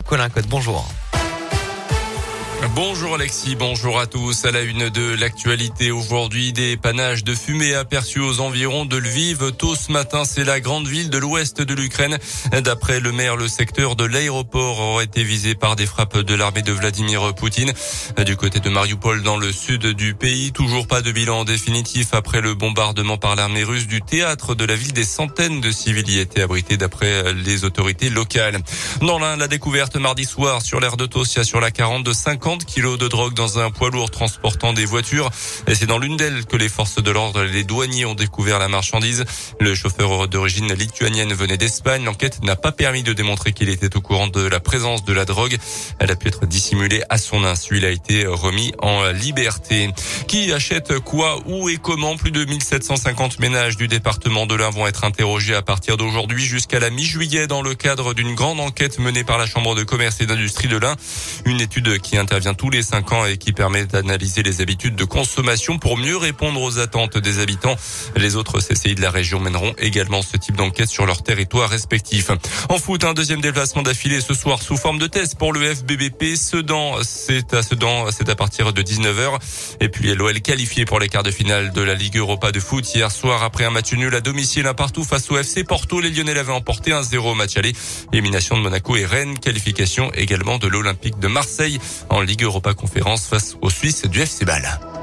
Colin Cotte, bonjour. Bonjour Alexis, bonjour à tous. À la une de l'actualité aujourd'hui, des panaches de fumée aperçus aux environs de Lviv. Tôt ce matin, c'est la grande ville de l'ouest de l'Ukraine. D'après le maire, le secteur de l'aéroport aurait été visé par des frappes de l'armée de Vladimir Poutine. Du côté de Mariupol, dans le sud du pays, toujours pas de bilan définitif après le bombardement par l'armée russe du théâtre de la ville. Des centaines de civils y étaient abrités d'après les autorités locales. Dans l'Ain, la découverte mardi soir sur l'aire de Tosia sur la 40 de 50 kilos de drogue dans un poids lourd transportant des voitures. Et c'est dans l'une d'elles que les forces de l'ordre et les douaniers ont découvert la marchandise. Le chauffeur d'origine lituanienne venait d'Espagne. L'enquête n'a pas permis de démontrer qu'il était au courant de la présence de la drogue. Elle a pu être dissimulée à son insu. Il a été remis en liberté. Qui achète quoi, où et comment? Plus de 1750 ménages du département de l'Ain vont être interrogés à partir d'aujourd'hui jusqu'à la mi-juillet dans le cadre d'une grande enquête menée par la Chambre de commerce et d'industrie de l'Ain. Une étude qui intervient tous les 5 ans et qui permet d'analyser les habitudes de consommation pour mieux répondre aux attentes des habitants. Les autres CCI de la région mèneront également ce type d'enquête sur leur territoire respectif. En foot, un deuxième déplacement d'affilée ce soir sous forme de test pour le FBBP. Sedan, c'est à partir de 19h. Et puis l'OL qualifié pour les quarts de finale de la Ligue Europa de foot hier soir après un match nul à domicile, un partout face au FC Porto. Les Lyonnais l'avaient emporté 1-0 au match aller. Élimination de Monaco et Rennes. Qualification également de l'Olympique de Marseille en Ligue Europa Conférence face aux Suisses du FC Bâle.